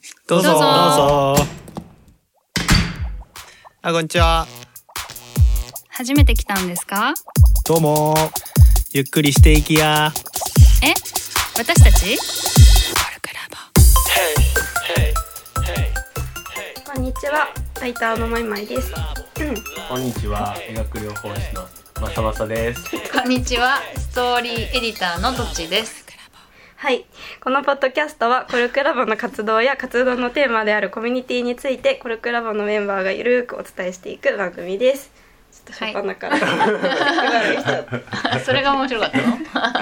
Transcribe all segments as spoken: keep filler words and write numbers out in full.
どうぞどうぞ。あ、こんにちは。 初めて来たんですか？ どうも。ゆっくりしていきや。 え、私たち？ こんにちは、ライターのまいまいです。 こんにちは、医学療法士のまさまさです。 こんにちは、ストーリーエディターのとっちです。 はい、このポッドキャストはコルクラボの活動や活動のテーマであるコミュニティについてコルクラボのメンバーがゆるくお伝えしていく番組です。ちょっと初っ端から、 はい、それが面白かったの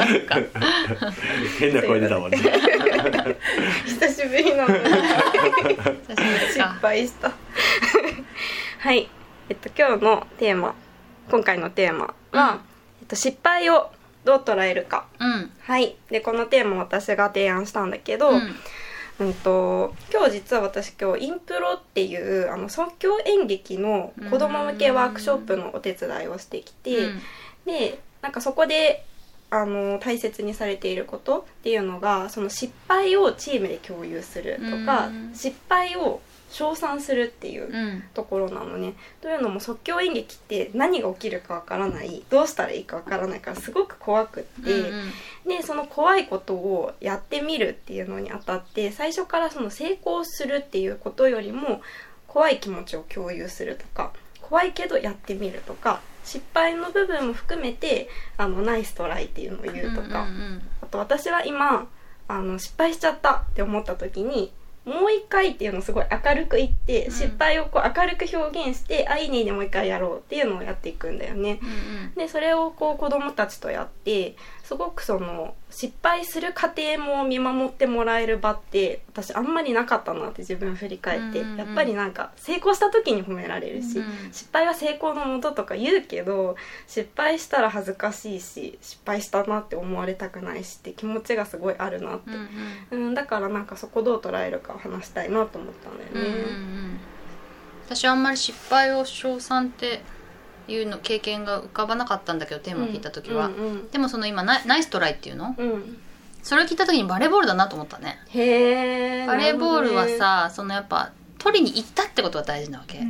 変な声出たもんね。 久しぶりの失敗したはい、えっと今日のテーマ今回のテーマは、うんえっと、失敗をどう捉えるか、 うん、 はいでこのテーマを私が提案したんだけど、うんうんと今日実は私今日インプロっていうあの即興演劇の子ども向けワークショップのお手伝いをしてきて、うん、でなんかそこであの大切にされていることっていうのがその失敗をチームで共有するとか、うん、失敗を称賛するっていうところなのね、うん、というのも即興演劇って何が起きるかわからないどうしたらいいかわからないからすごく怖くって、うんうん、でその怖いことをやってみるっていうのにあたって最初からその成功するっていうことよりも怖い気持ちを共有するとか怖いけどやってみるとか失敗の部分も含めてあのナイストライっていうのを言うとか、うんうんうん、あと私は今あの失敗しちゃったって思った時にもう一回っていうのをすごい明るく言って、うん、失敗をこう明るく表現してあいいねでもう一回やろうっていうのをやっていくんだよね、うんうん、でそれをこう子どもたちとやってすごくその失敗する過程も見守ってもらえる場って私あんまりなかったなって自分振り返って、うんうんうん、やっぱりなんか成功した時に褒められるし、うんうん、失敗は成功のもととか言うけど失敗したら恥ずかしいし失敗したなって思われたくないしって気持ちがすごいあるなって、うんうんうん、だからなんかそこどう捉えるかを話したいなと思ったんだよね、うんうんうん、 私はあんまり失敗を称賛っていうの経験が浮かばなかったんだけどテーマを聞いた時は、うんうんうん、でもその今 ナ, ナイストライっていうの、うん、それを聞いた時にバレーボールだなと思ったね。 へーバレーボールはさそのやっぱ取りに行ったってことが大事なわけ、うん、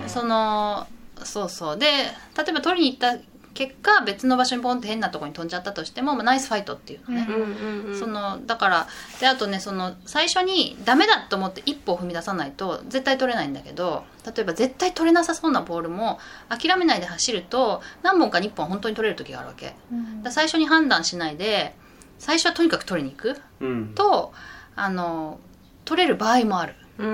そのそうそうで例えば取りに行った結果別の場所にポンって変なところに飛んじゃったとしても、まあ、ナイスファイトっていうのね、うんうんうん、そのだからであとねその最初にダメだと思って一歩を踏み出さないと絶対取れないんだけど例えば絶対取れなさそうなボールも諦めないで走ると何本かにいっぽん本当に取れる時があるわけ、うん、だ最初に判断しないで最初はとにかく取りに行く、うん、とあの取れる場合もある、うん、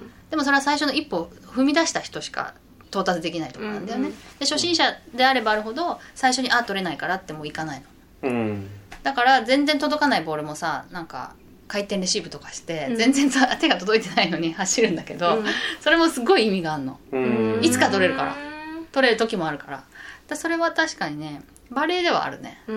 でもそれは最初の一歩を踏み出した人しか到達できないところなんだよね、うんうん、で初心者であればあるほど最初にあ取れないからってもういかないの、うん、だから全然届かないボールもさなんか回転レシーブとかして、うん、全然手が届いてないのに走るんだけど、うん、それもすごい意味があるの、うん、いつか取れるから取れる時もあるからだそれは確かにねバレーではあるね、うん、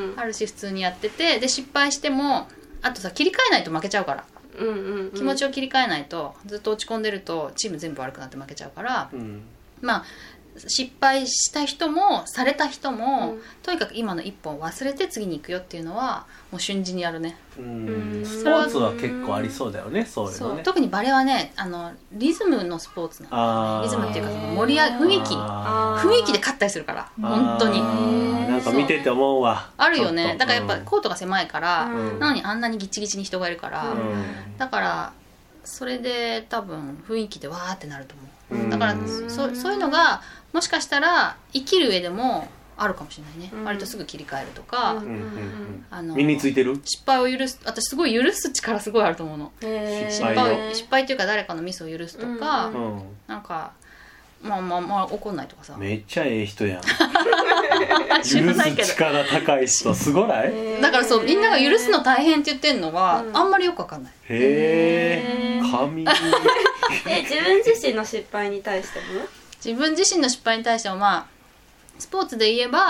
あるし普通にやっててで失敗してもあとさ切り替えないと負けちゃうからうんうんうん、気持ちを切り替えないとずっと落ち込んでるとチーム全部悪くなって負けちゃうから、うん、まあ失敗した人もされた人も、うん、とにかく今の一本を忘れて次に行くよっていうのはもう瞬時にやるね。 うんスポーツは結構ありそうだよねそういうのね。 そう特にバレーはねあのリズムのスポーツなんだよね。リズムっていうかその盛り上げ雰囲気雰囲気で勝ったりするから本当になんか見てて思うわあるよね。だからやっぱコートが狭いから、うん、なのにあんなにギチギチに人がいるから、うん、だからそれで多分雰囲気でわーってなると思う。だから そ, そういうのがもしかしたら生きる上でもあるかもしれないね、うん、割とすぐ切り替えるとか、うんうんうん、あの身についてる失敗を許す私すごい許す力すごいあると思うの。失敗を失敗っていうか誰かのミスを許すとか、うんうん、なんかまあまあまあ怒んないとかさめっちゃええ人やん許す力高い人すごないだからそうみんなが許すの大変って言ってんのは、うん、あんまりよくわかんない。 へえ神え自分自身の失敗に対しても自分自身の失敗に対してもまあスポーツで言えば、うん、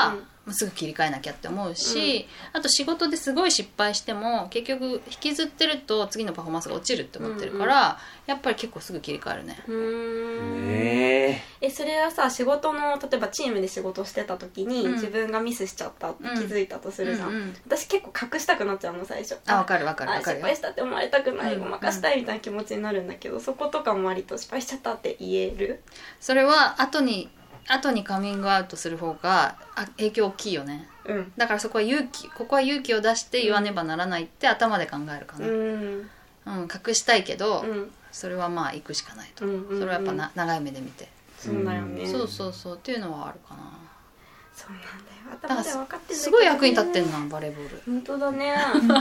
すぐ切り替えなきゃって思うし、うん、あと仕事ですごい失敗しても結局引きずってると次のパフォーマンスが落ちるって思ってるから、うんうん、やっぱり結構すぐ切り替えるね。 うーんねえそれはさ仕事の例えばチームで仕事してた時に、うん、自分がミスしちゃったって気づいたとするじゃん、うんうんうん、私結構隠したくなっちゃうの最初。 あ分かる分かる分かる。 失敗したって思われたくない、ごまかしたいみたいな気持ちになるんだけど、そことかも割と失敗しちゃったって言える？ それは後に後にカミングアウトする方が影響大きいよね、うん、だからそこは勇気ここは勇気を出して言わねばならないって頭で考えるかな、うんうん、隠したいけど、うん、それはまあ行くしかないと、うんうんうん、それはやっぱな長い目で見て、 そうだよね、 そうそうそうっていうのはあるかな。 そうなんだよ、頭で分かってんだけど、ね、 すごい役に立ってんなバレーボール。 本当だね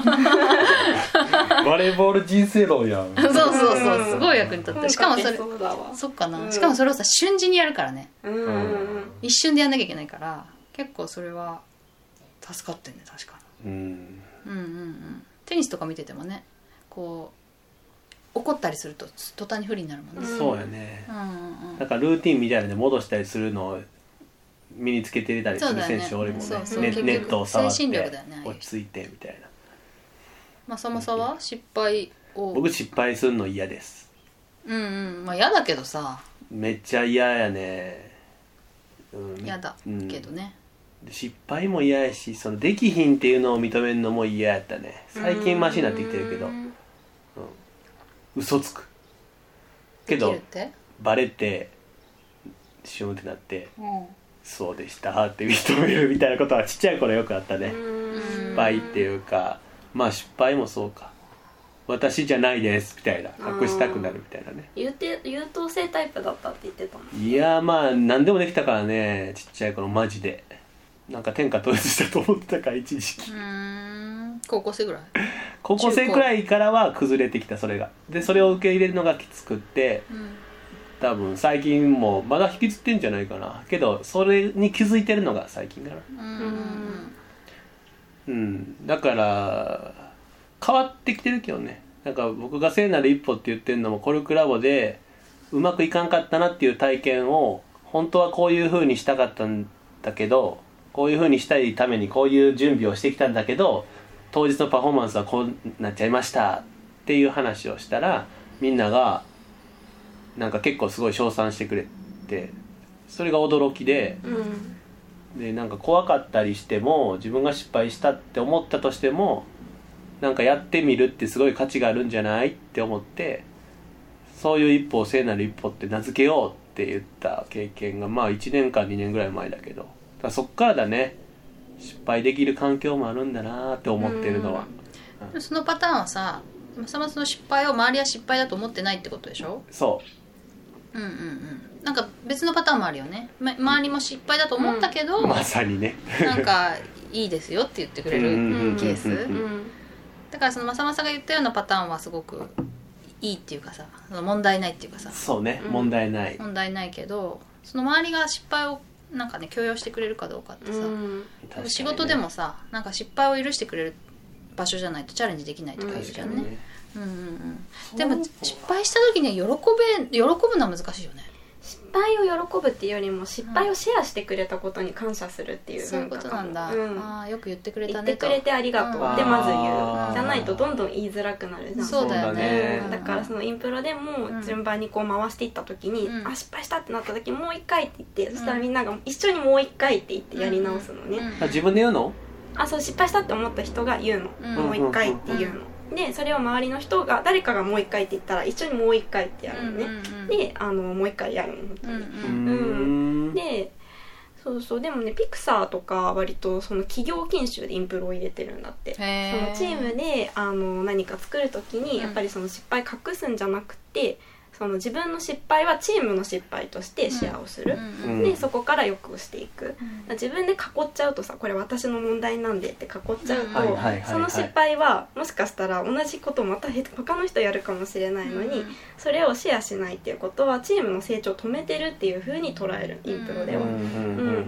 バレーボール人生論やんそうそうそうすごい役に立ってる。しかもそれそうだわそっかな、うん、しかもそれをさ瞬時にやるからね、うんうんうん、一瞬でやんなきゃいけないから結構それは助かってんね確かに、うん、うんうんうんテニスとか見ててもねこう怒ったりすると途端に不利になるもんね、 うん、そうやね、うんうんうん、だからルーティンみたいなので戻したりするのを身につけて入れたりする選手俺もね、そうそうネットを触って落ち着いてみたいな。 まあそもそも失敗を僕失敗するの嫌です。 うんうんまあ嫌だけどさめっちゃ嫌やね、うん、 嫌だけどね、 うん、失敗も嫌やしそのできひんっていうのを認めるのも嫌やったね。最近マシになってきてるけど、うん、嘘つくけどバレてシュンってなって、うんそうでしたって認めるみたいなことはちっちゃい頃よくあったね。失敗っていうかまあ失敗もそうか私じゃないですみたいな隠したくなるみたいなね。 優て優等生タイプだったって言ってたもん。 いやまあ何でもできたからねちっちゃい頃マジでなんか天下統一したと思ってたから一時期。うーん高校生ぐらい高校生くらいからは崩れてきたそれがでそれを受け入れるのがきつくって、うん多分最近もまだ引きずってんじゃないかなけどそれに気づいてるのが最近かな。うんうんだから変わってきてるけどね。なんか僕が聖なる一歩って言ってるのもコルクラボでうまくいかんかったなっていう体験を本当はこういう風にしたかったんだけどこういう風にしたいためにこういう準備をしてきたんだけど当日のパフォーマンスはこうなっちゃいましたっていう話をしたらみんながなんか結構すごい称賛してくれてそれが驚きで、うん、でなんか怖かったりしても自分が失敗したって思ったとしてもなんかやってみるってすごい価値があるんじゃないって思ってそういう一歩を聖なる一歩って名付けようって言った経験がまあいちねんかんにねんぐらい前だけどだからそっからだね失敗できる環境もあるんだなって思ってるのは、 うん、そのパターンはさまさまその失敗を周りは失敗だと思ってないってことでしょ。 そううんうんうん、なんか別のパターンもあるよね、ま、周りも失敗だと思ったけど、 うん、まさにねなんかいいですよって言ってくれるケースだからそのまさまさが言ったようなパターンはすごくいいっていうかさ問題ないっていうかさそうね、うん、問題ない問題ないけどその周りが失敗をなんかね許容してくれるかどうかってさ、うんね、仕事でもさなんか失敗を許してくれる場所じゃないとチャレンジできないとか言うじゃんね、うんうんうんうん、でも失敗した時には喜べ喜ぶのは難しいよね。 失敗を喜ぶっていうよりも失敗をシェアしてくれたことに感謝するっていう、 うん、そういうことなんだ、うん、あよく言ってくれたねと言ってくれてありがとうってまず言うじゃないとどんどん言いづらくなるじゃん。 そうだよね、 だからそのインプロでも順番にこう回していった時に、うん、あ失敗したってなった時もう一回って言って、うん、そしたらみんなが一緒にもう一回って言ってやり直すのね、 うんうん、あ自分で言うの？ あそう失敗したって思った人が言うの、うん、もう一回って言うの、うん、でそれを周りの人が誰かがもう一回って言ったら一緒にもう一回ってやるのね、うんうんうん、であのもう一回やるの本当に、うんうんうん、でそうそうでもねピクサーとか割とその企業研修でインプロを入れてるんだって。そのチームであの何か作る時にやっぱりその失敗隠すんじゃなくてその自分の失敗はチームの失敗としてシェアをする、うん、でそこから良くしていく、うん、自分で囲っちゃうとさこれ私の問題なんでって囲っちゃうと、うん、その失敗はもしかしたら同じことまた他の人やるかもしれないのに、うん、それをシェアしないっていうことはチームの成長を止めてるっていう風に捉えるインプロでは、うんうん、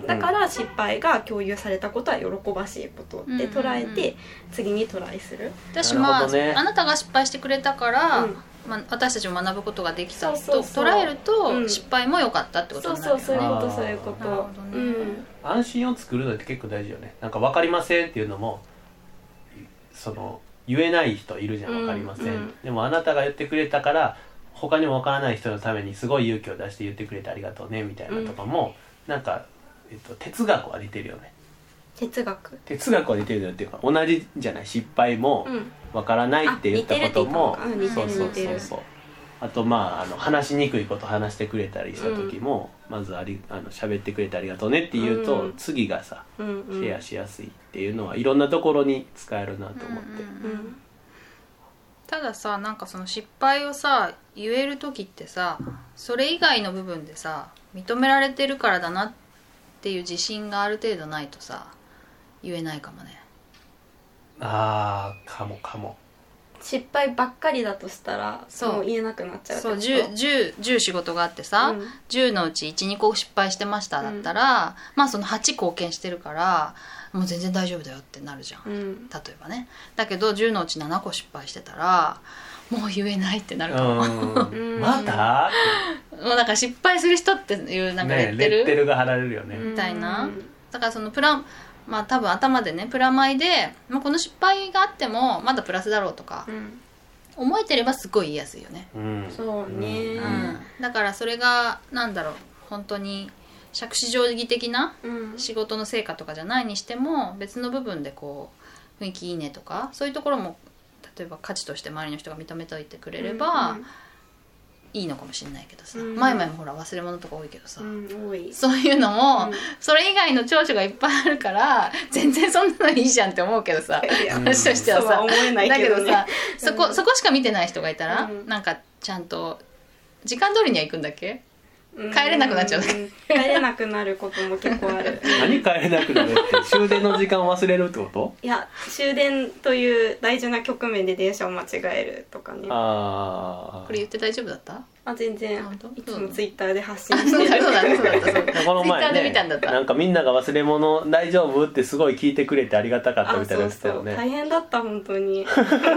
だから失敗が共有されたことは喜ばしいことって捉えて次にトライする。 私まあ、ね、あなたが失敗してくれたから、うんま、私たちも学ぶことができたとそうそうそう捉えると、 うん、 失敗も良かったってことになるよね。 そうそうそういうことそういうこと。 なるほどね、うん、 安心を作るのって結構大事よね。なんか分かりませんっていうのもその言えない人いるじゃん、分かりません、うんうん、でもあなたが言ってくれたから他にも分からない人のためにすごい勇気を出して言ってくれてありがとうねみたいなとかも、うん、なんか、えっと、哲学は似てるよね。 哲学哲学は似てるよっていうか同じじゃない。失敗も分からないって言ったことも、 うん、 そうそうそうそう。あとまああの話しにくいこと話してくれたりした時も、うん、まずありあの喋ってくれてありがとうねって言うと、うん、次がさ、うんうん、シェアしやすいっていうのはいろんなところに使えるなと思って、 うんうんうん、たださなんかその失敗をさ言える時ってさそれ以外の部分でさ認められてるからだなっていう自信がある程度ないとさ言えないかもね。 あーかもかも。 失敗ばっかりだとしたらもう言えなくなっちゃう。 そう 10, 10, 10仕事があってさ、うん、じゅうのうちいち、にこ失敗してましただったら、うん、まあそのはち貢献してるからもう全然大丈夫だよってなるじゃん、うん、例えばね。だけどじゅうのうちななこ失敗してたらもう言えないってなるかも。 またもうだから失敗する人っていうなんかレッテル、 ね、レッテルが貼られるよねみたいな。だからそのプラまあ多分頭でねプラマイで、まあ、この失敗があってもまだプラスだろうとか、うん、思えてればすごい言いやすいよね、 うん、そうね、 うん、だからそれがなんだろう本当に杓子定規的な仕事の成果とかじゃないにしても別の部分でこう雰囲気いいねとかそういうところも例えば価値として周りの人が認めておいてくれれば、うんうんいいのかもしれないけどさ、うん、前々もほら忘れ物とか多いけどさ、うん、多いそういうのも、うん、それ以外の長所がいっぱいあるから全然そんなのいいじゃんって思うけどさ話としてはさ、 思えないけどね、 だけどさ、そこ、そこしか見てない人がいたら、うん、なんかちゃんと時間通りには行くんだっけ帰れなくなっちゃう、うん、 帰れなくなることも結構ある何帰れなくなるって終電の時間を忘れるってこと？ いや終電という大事な局面で電車を間違えるとかね。 あこれ言って大丈夫だった？ あ全然いつもツイッターで発信してるそうだねそうだったそうだったこの前ねなんかみんなが忘れ物大丈夫ってすごい聞いてくれてありがたかったみたいなやつだよね。 そうそう大変だった本当に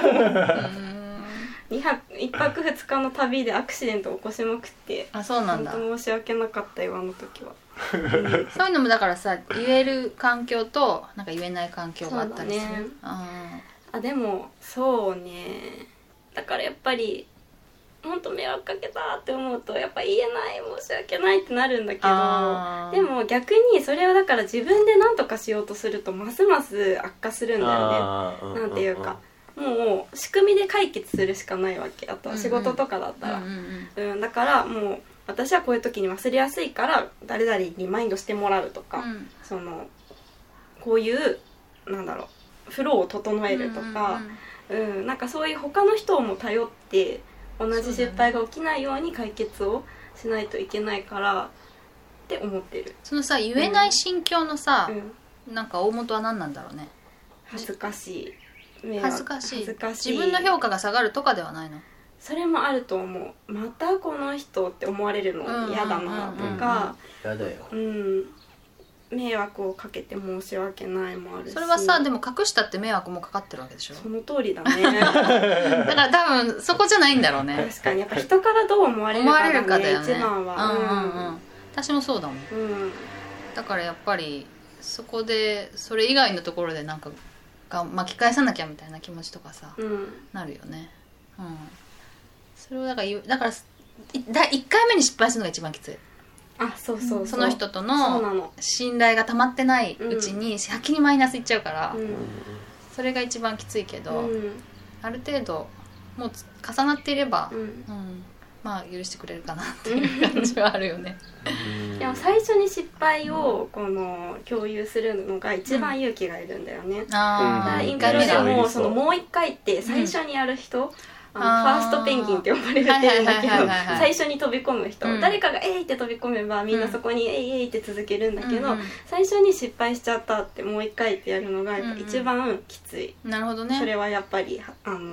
にはくいっぱくふつかの旅でアクシデントを起こしまくってあそうなんだ本当申し訳なかったよあの時は、 うん、そういうのもだからさ言える環境となんか言えない環境があったりする。そうだね、 あでもそうねだからやっぱり本当迷惑かけたって思うとやっぱ言えない申し訳ないってなるんだけどでも逆にそれをだから自分で何とかしようとするとますます悪化するんだよね。なんていうかもう仕組みで解決するしかないわけ。あとは仕事とかだったら、うんうんうん、だからもう私はこういう時に忘れやすいから誰々にリマインドしてもらうとか、うん、そのこういうなんだろうフローを整えるとか、うんうんうんうん、なんかそういう他の人をも頼って同じ失敗が起きないように解決をしないといけないからって思ってる。 そのさ言えない心境のさ、うん、なんか大元は何なんだろうね。 恥ずかしい恥ずかしい恥ずかしい自分の評価が下がるとかではないの？ それもあると思う。またこの人って思われるの嫌だなとか嫌だよ、 うん、迷惑をかけて申し訳ないもあるし。 それはさでも隠したって迷惑もかかってるわけでしょ。 その通りだねだから多分そこじゃないんだろうね。 確かにやっぱ人からどう思われるかだね、かだよね一番は、 うんうんうん、私もそうだもん、 うん、 だからやっぱりそこでそれ以外のところでなんかが巻き返さなきゃみたいな気持ちとかさ、うん、なるよね、うん、それをだからだからいっかいめに失敗するのが一番きつい。 あそうそうそう、 その人との信頼が溜まってないうちに先にマイナスいっちゃうから、うん、それが一番きついけど、うん、ある程度もう重なっていれば、うんうん、まあ許してくれるかなっていう感じはあるよねでも最初に失敗をこの共有するのが一番勇気がいるんだよね、うん、あインプロでもそのもう一回って最初にやる人、うんあのファーストペンギンって呼ばれるっていうんだけど最初に飛び込む人、うん、誰かがえいって飛び込めばみんなそこにえいえいって続けるんだけど、うん、最初に失敗しちゃったってもう一回ってやるのがやっぱ一番きつい、 うんうん、なるほどね。 それはやっぱりあの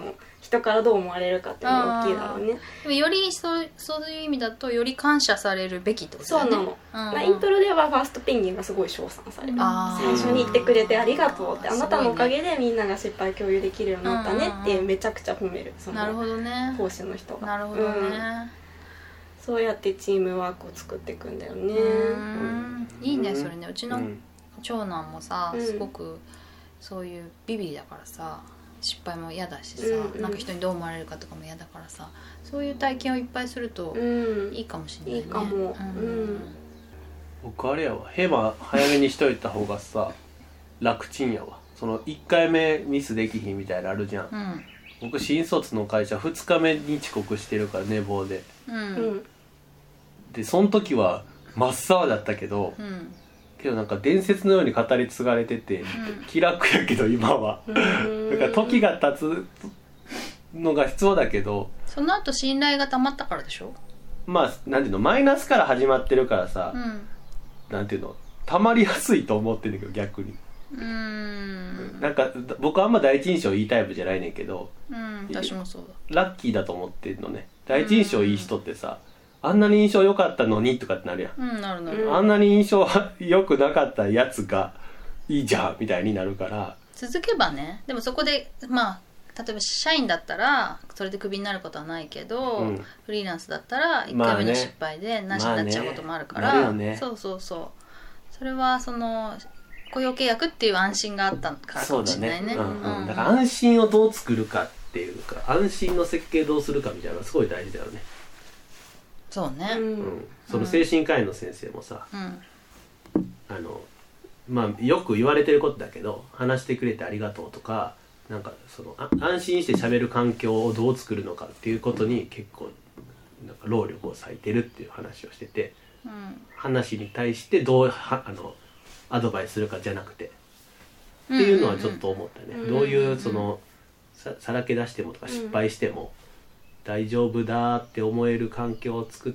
人からどう思われるかっていうのが大きいだろうね。 でもよりそうそういう意味だとより感謝されるべきってことだよね。 そうなの、 うんうんまあ、イントロではファーストペンギンがすごい称賛される。 あ最初に言ってくれてありがとうって、 あーあなたのおかげでみんなが失敗共有できるようになったねってうんうんうんめちゃくちゃ褒める、そなるのほどね。 講師の人が。 なるほどね、 うんそうやってチームワークを作っていくんだよね。 うんいいねそれね。うちのうん長男もさ、 うんすごくそういうビビリだからさ、失敗も嫌だしさ、 うんうんなんか人にどう思われるかとかも嫌だからさ、そういう体験をいっぱいするとうんいいかもしれないね。 いいかもうんうん僕あれやわ、ヘマ早めにしといた方がさ楽ちんやわ。そのいっかいめミスできひんみたいなのあるじゃん、 うん僕新卒の会社ふつかめに遅刻してるから寝坊でうんううんんでその時は真っ青だったけど、 うんけどなんか伝説のように語り継がれてて、気楽やけど今はうんだから時が経つのが必要だけど、 その後信頼が溜まったからでしょ。 まあなんていうの、マイナスから始まってるからさ、 うんなんていうの、溜まりやすいと思ってんだけど逆にうーんなんか僕あんま第一印象いいタイプじゃないねんけど、 うん私もそうだ。 ラッキーだと思ってんのね。第一印象いい人ってさ、あんなに印象良かったのにとかってなるやん、 うんなるなる、 うんあんなに印象良くなかったやつがいいじゃんみたいになるから。 続けばね。でもそこでまあ例えば社員だったらそれでクビになることはないけど、 うんフリーランスだったらいっかいめの失敗でなしになっちゃうこともあるから、 まあねなるよねそうそうそう、それはその雇用契約っていう安心があったからかもしれないね。 そうだね、うんうん、だからうん安心をどう作るかっていうか、安心の設計どうするかみたいなのがすごい大事だよね、 そうね。 ううんん、その精神科医の先生もさ、 うんあのまあよく言われてることだけど、話してくれてありがとうとか、なんかそのあ安心して喋る環境をどう作るのかっていうことに結構なんか労力を割いてるっていう話をしてて、 うん話に対してどうはあのアドバイスするかじゃなくてっていうのはちょっと思ったね、 うんどういうそのささらけ出してもとか失敗しても大丈夫だって思える環境を作って、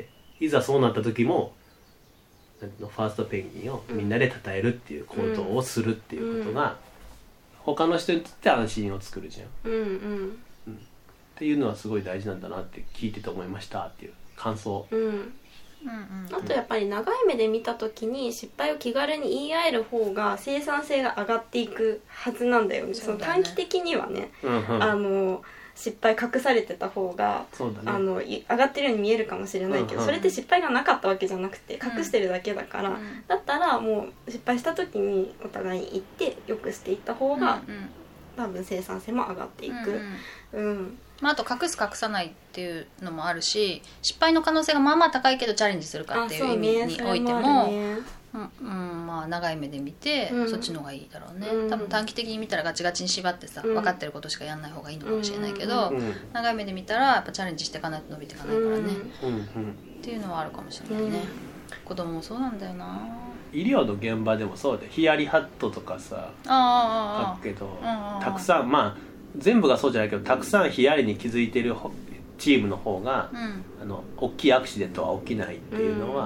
いざそうなった時もなんていうの、ファーストペンギンをみんなで称えるっていう行動をするっていうことが他の人にとって安心を作るじゃんっうんうんていうのはすごい大事なんだなって聞いてて思いましたっていう感想。 うんうんうんあとやっぱり長い目で見た時に失敗を気軽に言い合える方が生産性が上がっていくはずなんだよね。 そうだねその短期的にはね、 うんうん、 あの失敗隠されてた方がそうだね。 あのい上がってるように見えるかもしれないけど、 うんうんそれって失敗がなかったわけじゃなくて隠してるだけだから、 うんだったらもう失敗した時にお互いに言ってよくしていった方が、 うんうん多分生産性も上がっていく。 うんうんうんまあ、あと隠す隠さないっていうのもあるし、失敗の可能性がまあまあ高いけどチャレンジするかっていう意味においても、 ねうんうん、まあ長い目で見て、 うんそっちの方がいいだろうね、 うん多分短期的に見たらガチガチに縛ってさ、 うん分かってることしかやんない方がいいのかもしれないけど、 うんうん長い目で見たらやっぱチャレンジしていかないと伸びていかないからね、 うんうんうんっうんていうのはあるかもしれないね、子供もそうなんだよな。 医療の現場でもそうで、ヒヤリハットとかさあ書くけど、 ああたくさんまあ全部がそうじゃないけど、たくさんヒヤリに気づいてるほチームの方が、 うんあの大きいアクシデントは起きないっていうのは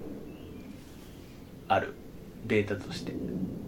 ある、データとして。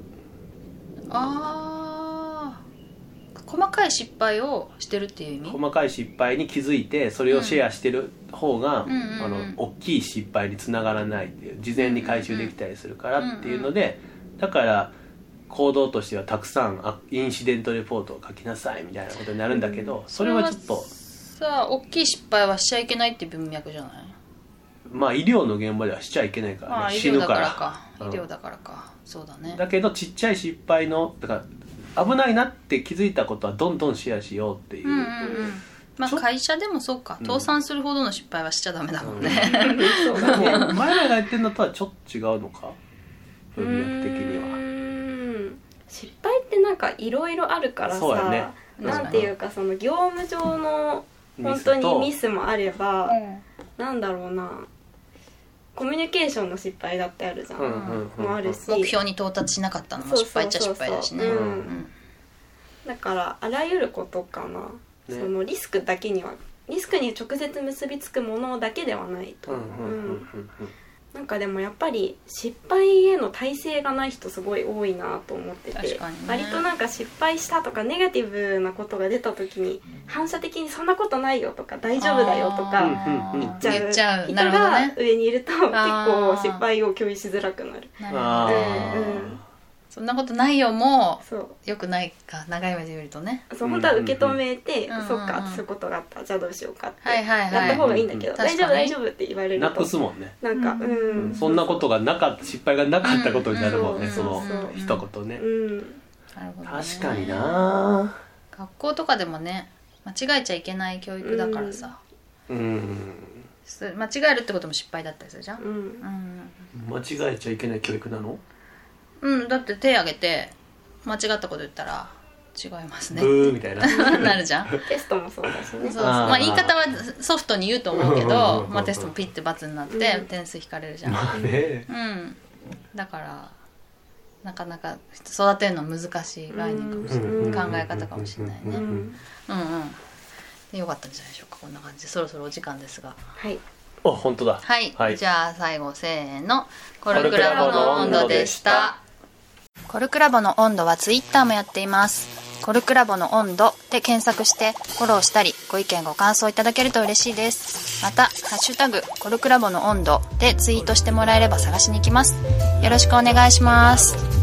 あー細かい失敗をしてるっていう意味。 細かい失敗に気づいてそれをシェアしてる方が、 うんうんうんうんあの大きい失敗につながらないっていう、事前に回収できたりするからっていうので、だから行動としてはたくさんあインシデントレポートを書きなさいみたいなことになるんだけど、それはちょっとさあ大きい失敗はしちゃいけないって文脈じゃない。 まあ医療の現場ではしちゃいけないからね、 まあ医死ぬか療だかららか、 うん医療だからか、そうだね。 だけどちっちゃい失敗のだから危ないなって気づいたことはどんどんシェアしようっていう、 うんうんうん。まあちょ会社でもそうか、 うん倒産するほどの失敗はしちゃダメだもんね。 そうだね。 でも前らが言ってるのとはちょっと違うのか、文脈的には。 うーん失敗ってなんかいろいろあるからそうやさ、 ねなんていうかその業務上の本当にミスもあれば、なんだろうな、コミュニケーションの失敗だってあるじゃん、 うんうんうんもあるし、 目標に到達しなかったのも失敗っちゃ失敗だしね。 そうそうそうそううんだからあらゆることかな、 ねそのリスクだけにはリスクに直接結びつくものだけではないと、 うんうんうんうんうんなんかでもやっぱり失敗への耐性がない人すごい多いなと思ってて、 確かにね、 割となんか失敗したとかネガティブなことが出た時に反射的にそんなことないよとか大丈夫だよとか言っちゃう人が上にいると結構失敗を共有しづらくなる。 なるほど、 あうんうん、 そんなことないよもそうよくないか、長い目で見るとね。 そう本当は受け止めて、 うんうんうん、 そっかそういうことがあった、じゃあどうしようかってはいはいはいやった方がいいんだけど、 うん、 大丈夫大丈夫って言われるとなくすもんね。 なんか、うんうん、そんなことがなかった、失敗がなかったことになるもんね、 うんそのそう一言ね、 うん、 なるほどね、 確かにな。 学校とかでもね間違えちゃいけない教育だからさ、 うん、 間違えるってことも失敗だったりするじゃん、 うんうん間違えちゃいけない教育なの？ うん、だって手挙げて間違ったこと言ったら違いますねブーみたいななるじゃん。 テストもそうだしね。 そうそう、まあ言い方はソフトに言うと思うけど、まあテストもピッて×になって点数引かれるじゃん、 まあね、 うん、だからなかなか育てるの難しい概念かもしれない、 うん、 考え方かもしれないね、うん、 うん、 うんでよかったんじゃないでしょうか。こんな感じでそろそろお時間ですが、 はいあ、本当だ。 はい、 はい、 じゃあ最後せーの、コルクラボの温度でした。コルクラボの温度はツイッターもやっています。コルクラボの温度で検索してフォローしたりご意見ご感想いただけると嬉しいです。またハッシュタグコルクラボの温度でツイートしてもらえれば探しに行きます。よろしくお願いします。